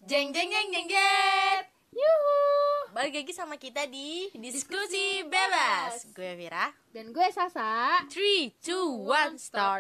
Jeng jeng jeng jeng jeng. Yuhu. Balik lagi sama kita di Diskusi Bebas. Gue Vira. Dan gue Sasa. 3, 2, 1, start.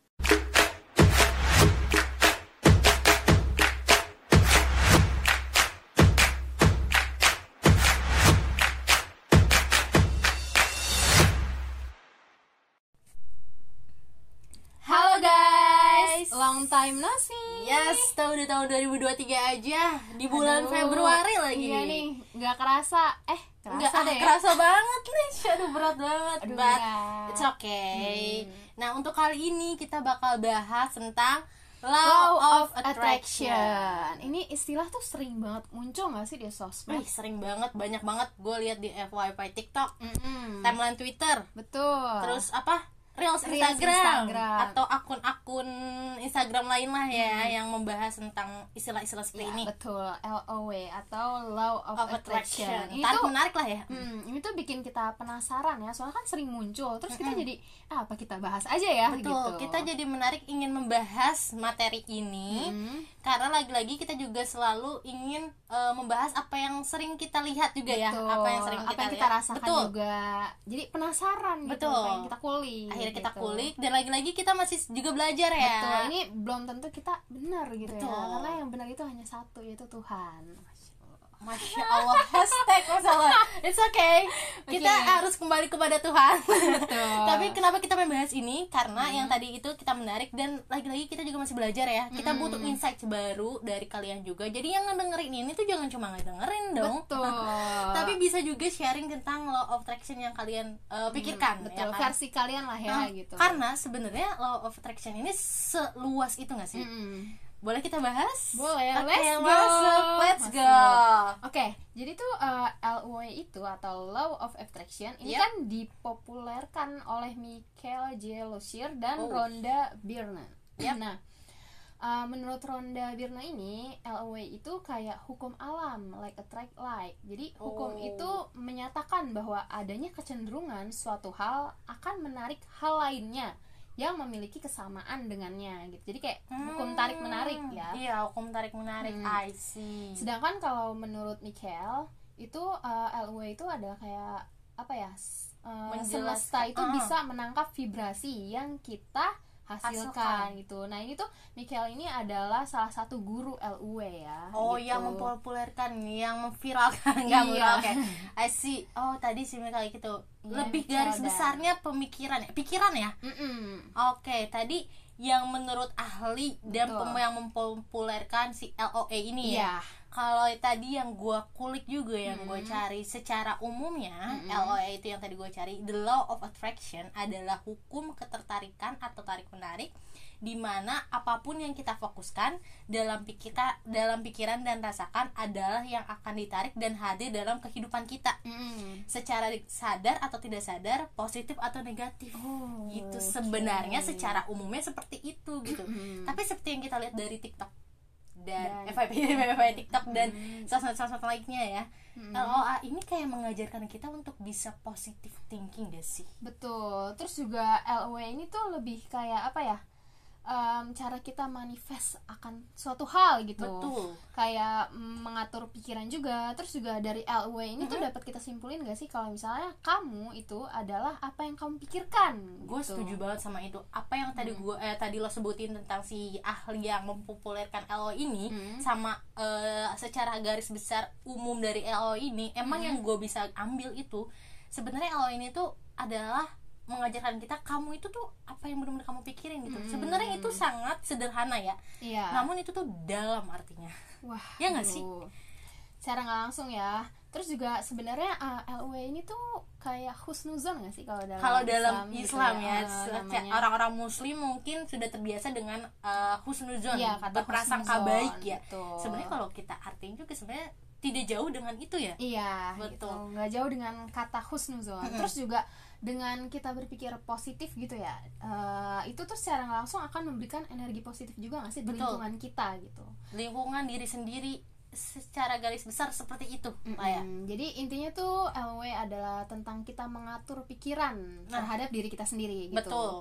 Halo guys. Long time no see. Yes, udah tahun 2023 aja. Di bulan Februari lagi. Iya nih, gak kerasa. Kerasa deh. Kerasa banget nih. Aduh, berat banget. Aduh, But berat. it's okay. Nah, untuk kali ini kita bakal bahas tentang Law of Attraction. Ini istilah tuh sering banget muncul gak sih di sosmed? Sering banget, banyak banget. Gue lihat di FYP TikTok, Mm-mm. timeline Twitter, Betul. terus apa? Reels Reels Instagram Instagram. atau akun-akun Instagram lain lah ya yang membahas tentang istilah-istilah seperti ini. Betul, LOW atau Law of Attraction. Ini Tarik tuh menarik lah ya. ini tuh bikin kita penasaran ya, soalnya kan sering muncul. Terus kita jadi apa kita bahas aja ya. Betul, gitu. kita jadi menarik ingin membahas materi ini karena lagi-lagi kita juga selalu ingin membahas apa yang sering kita lihat juga ya, Betul. apa yang sering Apa yang lihat. kita rasakan Betul. juga. Jadi penasaran gitu, Betul. pengen kita kulik. Akhirnya kita gitu. kulik dan lagi-lagi kita masih juga belajar ya. Betul. Ini belum tentu kita benar gitu Betul. ya. Karena yang benar itu hanya satu, yaitu Tuhan. Masya Allah, hashtag masalah. It's okay. Kita harus kembali kepada Tuhan. Betul. Tapi kenapa kita membahas ini? Karena yang tadi itu kita menarik dan lagi-lagi kita juga masih belajar ya. Kita butuh insight baru dari kalian juga. Jadi yang ngedengerin ini tuh jangan cuma ngedengerin dong. Betul. Tapi bisa juga sharing tentang law of attraction yang kalian pikirkan. Betul. Ya kan? Versi kalian lah ya gitu. Karena sebenarnya law of attraction ini seluas itu nggak sih? Boleh kita bahas? Boleh, Oke, let's go. go. Oke, jadi tuh LOA itu atau Law of Attraction ini Yep. kan dipopulerkan oleh Michael J. Lozier dan Rhonda Byrne. Yep. Nah, menurut Rhonda Byrne ini LOA itu kayak hukum alam, like attract like. Jadi hukum itu menyatakan bahwa adanya kecenderungan suatu hal akan menarik hal lainnya yang memiliki kesamaan dengannya gitu. Jadi kayak hukum tarik menarik ya. Iya, hukum tarik menarik. I see. Sedangkan kalau menurut Michael itu LOA itu adalah kayak apa ya? Semesta itu bisa menangkap vibrasi yang kita hasilkan gitu. Nah, ini tuh Michael ini adalah salah satu guru LOA ya. Oh, gitu. yang mempopulerkan, yang memviralkan, enggak Iya. memviralkan. I see. Oh, tadi sih kayak gitu. Iya, Lebih Michael garis dan- besarnya pemikiran ya. Pikiran ya. Oke, tadi yang menurut ahli dan Betul. yang mempopulerkan si LOA ini ya. Iya. Kalau tadi yang gue kulik juga, yang gue cari secara umumnya, LOA itu yang tadi gue cari, the law of attraction adalah hukum ketertarikan atau tarik menarik, di mana apapun yang kita fokuskan dalam pikiran dan rasakan adalah yang akan ditarik dan hadir dalam kehidupan kita, secara sadar atau tidak sadar, positif atau negatif. Gitu sebenarnya secara umumnya seperti itu gitu. Tapi seperti yang kita lihat dari TikTok dan FYP TikTok dan sosmed lainnya ya, LOA ini kayak mengajarkan kita untuk bisa positive thinking deh sih. Betul. Terus juga LOA ini tuh lebih kayak apa ya? Cara kita manifest akan suatu hal gitu. Betul. Kayak mengatur pikiran juga. Terus juga dari LOA ini tuh dapat kita simpulin gak sih kalau misalnya kamu itu adalah apa yang kamu pikirkan. Gue gitu. setuju banget sama itu. Apa yang tadi tadi lo sebutin tentang si ahli yang mempopulerkan LO ini sama secara garis besar umum dari LO ini, emang yang gue bisa ambil itu sebenarnya LO ini tuh adalah mengajarkan kita kamu itu tuh apa yang benar-benar kamu pikirin gitu. Sebenarnya itu sangat sederhana ya. Iya. Namun itu tuh dalam artinya. Wah, Ya nggak sih? Secara nggak langsung ya. Terus juga sebenarnya LOA ini tuh kayak husnuzon nggak sih kalau dalam Islam gitu ya, namanya. orang-orang muslim mungkin sudah terbiasa dengan husnuzon, Iya, kata berprasangka husnuzon, baik ya. betul. Sebenarnya kalau kita artinya juga sebenarnya tidak jauh dengan itu ya. Iya, Betul. gitu. Nggak jauh dengan kata husnuzon. Terus juga dengan kita berpikir positif gitu ya, itu tuh secara nggak langsung akan memberikan energi positif juga nggak sih di Betul. lingkungan kita gitu. Lingkungan diri sendiri secara garis besar seperti itu Pak ya. Jadi intinya tuh LW adalah tentang kita mengatur pikiran terhadap diri kita sendiri gitu. Betul.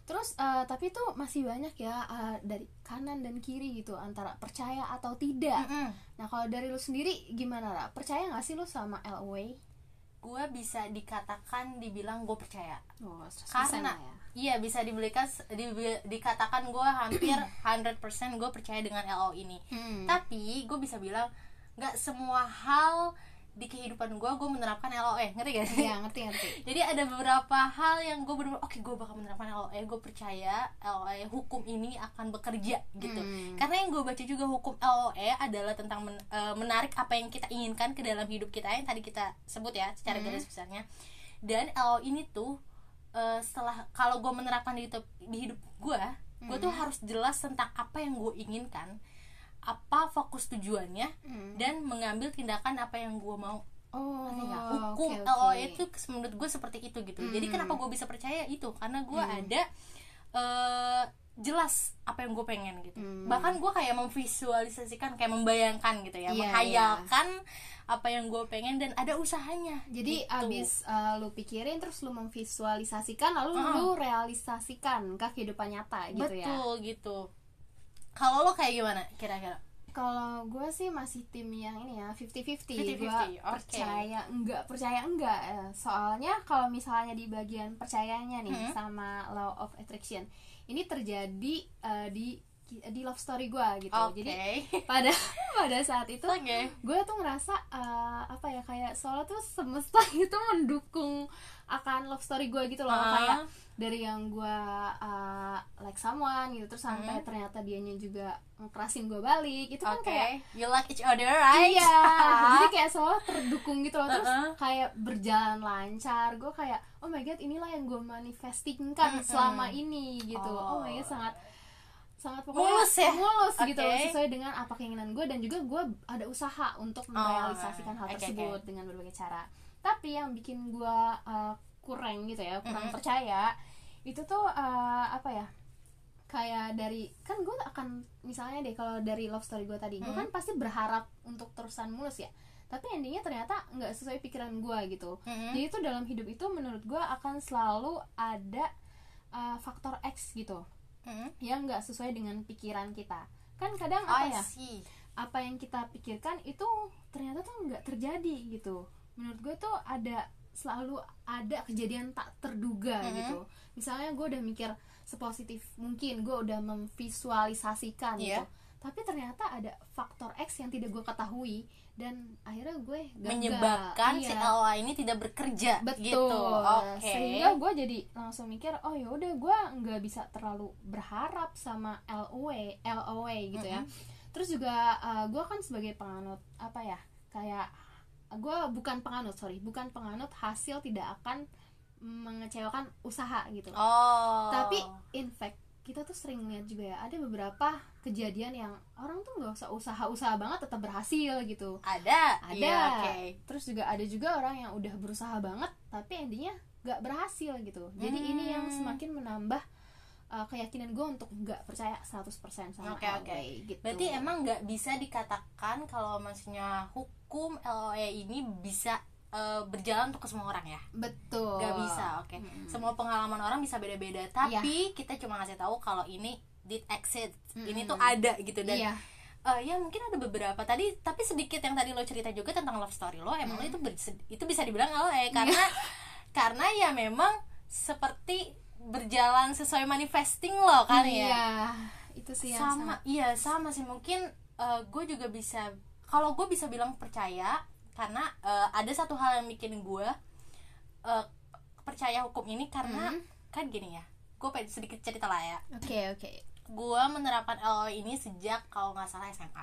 Terus tapi tuh masih banyak ya dari kanan dan kiri gitu antara percaya atau tidak. Nah kalau dari lu sendiri gimana, Ra? Percaya nggak sih lu sama LOA? Gue bisa dibilang gue percaya. Oh, 100% Karena lah ya. iya bisa dikatakan gue hampir 100% gue percaya dengan LO ini. Tapi gue bisa bilang nggak semua hal di kehidupan gue menerapkan LOE, ngerti gak sih? Iya, ngerti. Jadi ada beberapa hal yang gue bener-bener oke, gue bakal menerapkan LOE, gue percaya LOE hukum ini akan bekerja gitu. Karena yang gue baca juga hukum LOE adalah tentang menarik apa yang kita inginkan ke dalam hidup kita, yang tadi kita sebut ya secara garis besarnya. Dan LOE ini tuh setelah kalau gue menerapkan di hidup gue tuh harus jelas tentang apa yang gue inginkan, apa fokus tujuannya, dan mengambil tindakan apa yang gue mau. Hukum okay. LOE itu menurut gue seperti itu gitu. Jadi kenapa gue bisa percaya itu, karena gue ada jelas apa yang gue pengen gitu. Bahkan gue kayak memvisualisasikan, kayak membayangkan gitu ya, menghayalkan apa yang gue pengen, dan ada usahanya. Jadi gitu. abis lu pikirin terus lu memvisualisasikan, lalu lu realisasikan ke kehidupan nyata gitu. Betul, ya. Betul gitu. Kalau lo kayak gimana kira-kira? Kalau gue sih masih tim yang ini ya, 50-50. Gue percaya enggak. Soalnya kalau misalnya di bagian percayanya nih sama law of attraction, ini terjadi di love story gue gitu. Jadi pada saat itu gue tuh ngerasa apa ya, kayak soalnya tuh semesta itu mendukung akan love story gue gitu loh. Kayak dari yang gue like someone gitu, terus sampai ternyata dianya juga ngerasin gue balik, itu kan kayak you like each other, right? Iya. Jadi kayak soalnya terdukung gitu loh. Terus kayak berjalan lancar. Gue kayak oh my god, inilah yang gue manifestingkan selama ini gitu. Oh my god, sangat pokoknya mulus gitu loh, sesuai dengan apa keinginan gue, dan juga gue ada usaha untuk merealisasikan hal tersebut dengan berbagai cara. Tapi yang bikin gue kurang gitu ya, kurang percaya itu tuh apa ya, kayak dari kan gue akan misalnya deh, kalau dari love story gue tadi, gue kan pasti berharap untuk terusan mulus ya, tapi endingnya ternyata nggak sesuai pikiran gue gitu. Jadi itu dalam hidup itu menurut gue akan selalu ada faktor X gitu yang nggak sesuai dengan pikiran kita. Kan kadang apa yang kita pikirkan itu ternyata tuh nggak terjadi gitu. Menurut gue tuh selalu ada kejadian tak terduga gitu. Misalnya gue udah mikir sepositif mungkin, gue udah memvisualisasikan gitu, tapi ternyata ada faktor X yang tidak gue ketahui, dan akhirnya gue gagal, menyebabkan si LOA ini tidak bekerja. Betul gitu. Sehingga gue jadi langsung mikir, oh yaudah gue nggak bisa terlalu berharap sama LOA gitu ya. Terus juga gue kan sebagai penganut apa ya, kayak gue bukan penganut hasil tidak akan mengecewakan usaha gitu. Tapi in fact kita tuh sering lihat juga ya, ada beberapa kejadian yang orang tuh nggak usah usaha banget tetap berhasil gitu. Ada. Terus juga ada juga orang yang udah berusaha banget tapi endingnya nggak berhasil gitu. Jadi ini yang semakin menambah keyakinan gue untuk nggak percaya 100% sama LOE gitu. Berarti emang nggak bisa dikatakan kalau maksudnya hukum LOE ini bisa berjalan untuk ke semua orang ya? Betul. Gak bisa, semua pengalaman orang bisa beda-beda, tapi kita cuma ngasih tahu kalau ini did exist, ini tuh ada gitu. Dan ya mungkin ada beberapa tadi, tapi sedikit yang tadi lo cerita juga tentang love story lo, emang lo itu bisa dibilang LOE karena ya memang seperti berjalan sesuai manifesting lo kan ya. Itu sih yang sama sih. Mungkin gue juga bisa, kalau gue bisa bilang percaya karena ada satu hal yang bikin gue percaya hukum ini, karena kan gini ya, gue pengen sedikit cerita lah ya. Oke. Gue menerapkan LOE ini sejak kalau nggak salah SMA.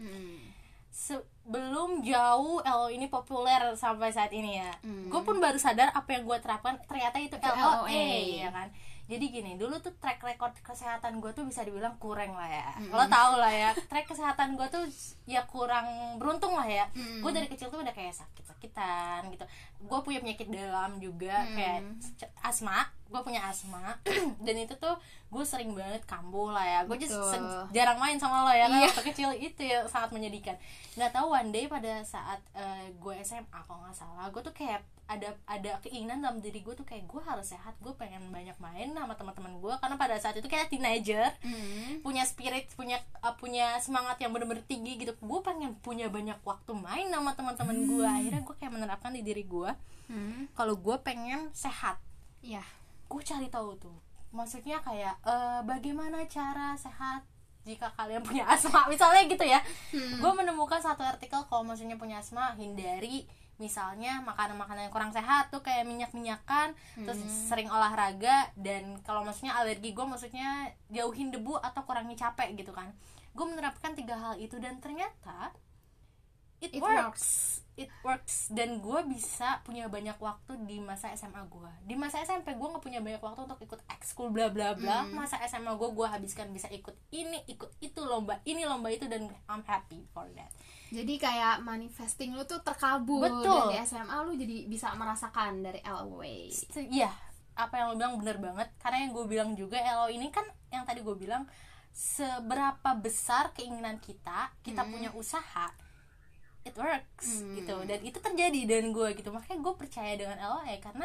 Sebelum jauh LOE ini populer sampai saat ini ya. Gue pun baru sadar apa yang gue terapkan ternyata itu LOE ya kan. Jadi gini, dulu tuh track record kesehatan gue tuh bisa dibilang kurang lah ya. Lo tau lah ya, track kesehatan gue tuh ya kurang beruntung lah ya. Gue dari kecil tuh udah kayak sakit-sakitan gitu. Gue punya penyakit dalam juga kayak asma. gue punya asma dan itu tuh gue sering banget kambuh lah ya, gue just Betul. jarang main sama lo ya kan, Iya. waktu kecil itu ya sangat menyedihkan. Nggak tahu one day pada saat gue SMA kalau nggak salah, gue tuh kayak ada keinginan dalam diri gue tuh kayak gue harus sehat, gue pengen banyak main sama teman-teman gue, karena pada saat itu kayak teenager, punya spirit, punya semangat yang bener-bener tinggi gitu. Gue pengen punya banyak waktu main sama teman-teman gue. Akhirnya gue kayak menerapkan di diri gue kalau gue pengen sehat. Ya. Gue cari tahu tuh, maksudnya kayak bagaimana cara sehat jika kalian punya asma misalnya gitu ya. Gue menemukan satu artikel kalau maksudnya punya asma, hindari misalnya makanan-makanan yang kurang sehat tuh kayak minyak-minyakan, terus sering olahraga, dan kalau maksudnya alergi gue maksudnya jauhin debu atau kurangi capek gitu kan. Gue menerapkan 3 hal itu dan ternyata it works dan gue bisa punya banyak waktu di masa SMA gue. Di masa SMP gue nggak punya banyak waktu untuk ikut ekskul bla bla bla. Masa SMA gue habiskan bisa ikut ini, ikut itu, lomba ini, lomba itu, dan I'm happy for that. Jadi kayak manifesting lu tuh terkabul. Betul. Dari SMA lu jadi bisa merasakan dari LOA. Iya, apa yang lo bilang bener banget. Karena yang gue bilang juga, LO ini kan yang tadi gue bilang, seberapa besar keinginan kita punya usaha, it works gitu, dan itu terjadi dan gue gitu. Makanya gue percaya dengan LOA karena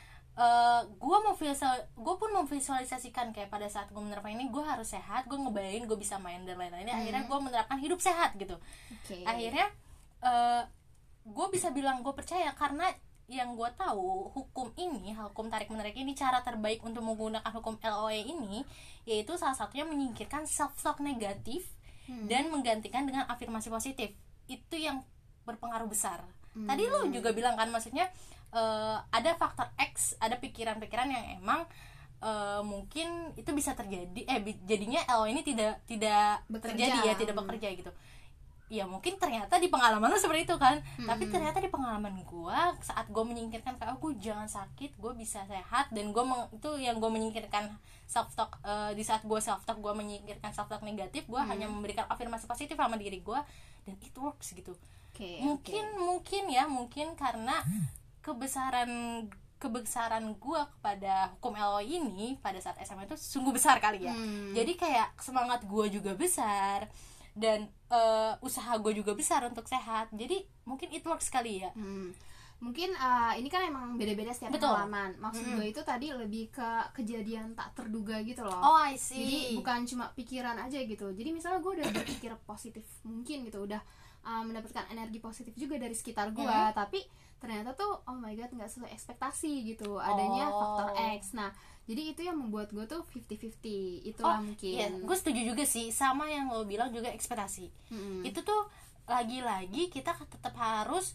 gue pun memvisualisasikan kayak pada saat gue menerapkan ini, gue harus sehat, gue ngebayangin gue bisa main dan lain-lainnya. Akhirnya gue menerapkan hidup sehat gitu. Akhirnya gue bisa bilang gue percaya karena yang gue tahu hukum tarik menarik ini, cara terbaik untuk menggunakan hukum LOA ini yaitu salah satunya menyingkirkan self talk negatif dan menggantikan dengan afirmasi positif. Itu yang berpengaruh besar. Tadi lu juga bilang kan, maksudnya ada faktor X, ada pikiran-pikiran yang emang mungkin itu bisa terjadi, jadinya LO ini tidak terjadi ya, tidak bekerja gitu. Ya mungkin ternyata di pengalaman lu seperti itu kan, tapi ternyata di pengalaman gue saat gue menyingkirkan kayak gue jangan sakit, gue bisa sehat, dan itu yang gue menyingkirkan self talk. Di saat gue self talk, gue menyingkirkan self talk negatif, gue hanya memberikan afirmasi positif sama diri gue, dan it works gitu. Mungkin karena kebesaran gue kepada hukum LO ini pada saat SMA itu sungguh besar kali ya. Jadi kayak semangat gue juga besar dan usaha gue juga besar untuk sehat. Jadi mungkin it works kali ya. Mungkin ini kan emang beda-beda setiap pengalaman. Maksud gue itu tadi lebih ke kejadian tak terduga gitu loh. Oh, I see. Jadi bukan cuma pikiran aja gitu. Jadi misalnya gue udah berpikir positif mungkin gitu, udah mendapatkan energi positif juga dari sekitar gue, tapi ternyata tuh oh my god nggak sesuai ekspektasi gitu, adanya faktor X. Nah jadi itu yang membuat gue tuh 50-50. Itulah mungkin. Iya, gue setuju juga sih sama yang lo bilang juga, ekspektasi. Itu tuh lagi-lagi kita tetap harus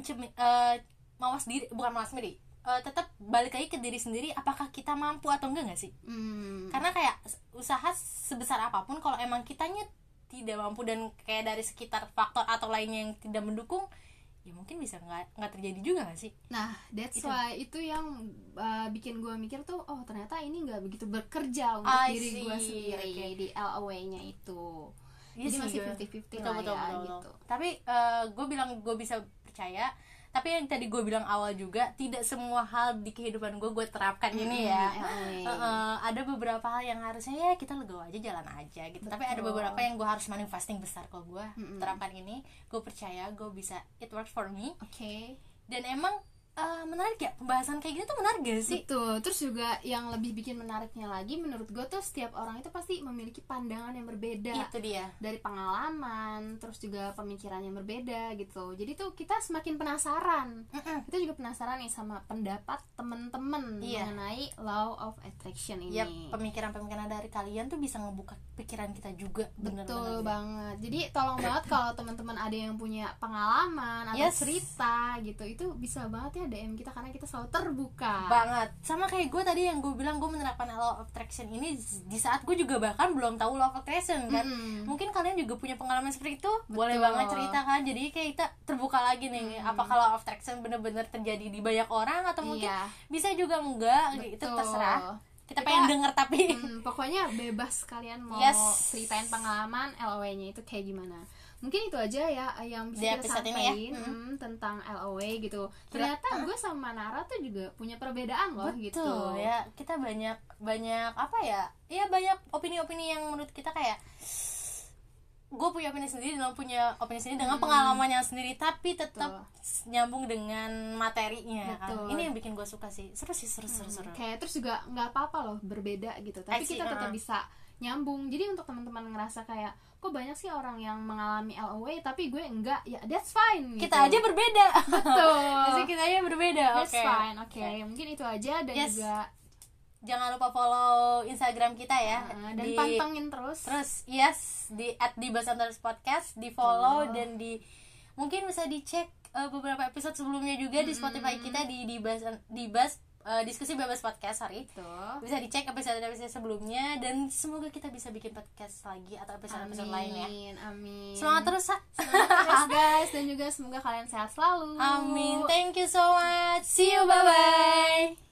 mawas diri, tetap balik lagi ke diri sendiri, apakah kita mampu atau enggak sih? Karena kayak usaha sebesar apapun kalau emang kitanya tidak mampu dan kayak dari sekitar faktor atau lainnya yang tidak mendukung, ya mungkin bisa nggak terjadi juga nggak sih? Nah that's why itu yang bikin gue mikir tuh oh ternyata ini nggak begitu bekerja untuk diri gue sendiri di LOA-nya itu. Jadi masih 50-50 lah ya gitu. Tapi gue bilang gue bisa percaya, tapi yang tadi gue bilang awal juga, tidak semua hal di kehidupan gue terapkan ini ya. Ada beberapa hal yang harusnya ya kita legowo aja, jalan aja gitu. Tapi ada beberapa yang gue harus manifesting besar kalau gue terapkan ini. Gue percaya gue bisa, it works for me. Dan emang menarik ya, pembahasan kayak gini tuh menarik gak sih? Betul. Terus juga yang lebih bikin menariknya lagi menurut gue tuh setiap orang itu pasti memiliki pandangan yang berbeda. Itu dia. Dari pengalaman, terus juga pemikiran yang berbeda gitu. Jadi tuh kita semakin penasaran. Kita juga penasaran nih sama pendapat temen-temen mengenai law of attraction ini. Ya, pemikiran-pemikiran dari kalian tuh bisa ngebuka pikiran kita juga. Betul banget. Jadi tolong banget kalau teman-teman ada yang punya pengalaman atau cerita gitu, itu bisa banget ya DM kita karena kita selalu terbuka banget. Sama kayak gue tadi yang gue bilang, gue menerapkan law of attraction ini di saat gue juga bahkan belum tahu law of attraction kan. Mungkin kalian juga punya pengalaman seperti itu. Boleh banget cerita kan. Jadi kayak kita terbuka lagi nih, apakah law of attraction benar-benar terjadi di banyak orang atau mungkin bisa juga enggak. Itu terserah. kita pengen denger tapi pokoknya bebas kalian mau ceritain pengalaman LOW-nya itu kayak gimana. Mungkin itu aja ya yang bisa kita sampaikan tentang LOW gitu. Ternyata gue sama Nara tuh juga punya perbedaan loh. Betul, gitu ya kita banyak apa ya banyak opini-opini yang menurut kita kayak gue punya opini sendiri dan lo punya opini sendiri dengan pengalamannya sendiri, tapi tetap nyambung dengan materinya kan. Ini yang bikin gue suka sih, seru. Kayak terus juga nggak apa-apa loh berbeda gitu, tapi kita tetap bisa nyambung. Jadi untuk teman-teman ngerasa kayak kok banyak sih orang yang mengalami LOW tapi gue enggak, ya that's fine gitu. Kita aja berbeda. Betul. Jadi kita aja berbeda. That's fine. Oke. Mungkin itu aja, dan juga jangan lupa follow Instagram kita ya, dan pantengin terus di @dibas_podcast, di follow dan mungkin bisa dicek beberapa episode sebelumnya juga di Spotify kita di Dibas diskusi bebas podcast. Bisa dicek episode sebelumnya, dan semoga kita bisa bikin podcast lagi atau episode lain ya. Amin. Semangat terus guys, dan juga semoga kalian sehat selalu. Amin. Thank you so much. See you, bye bye.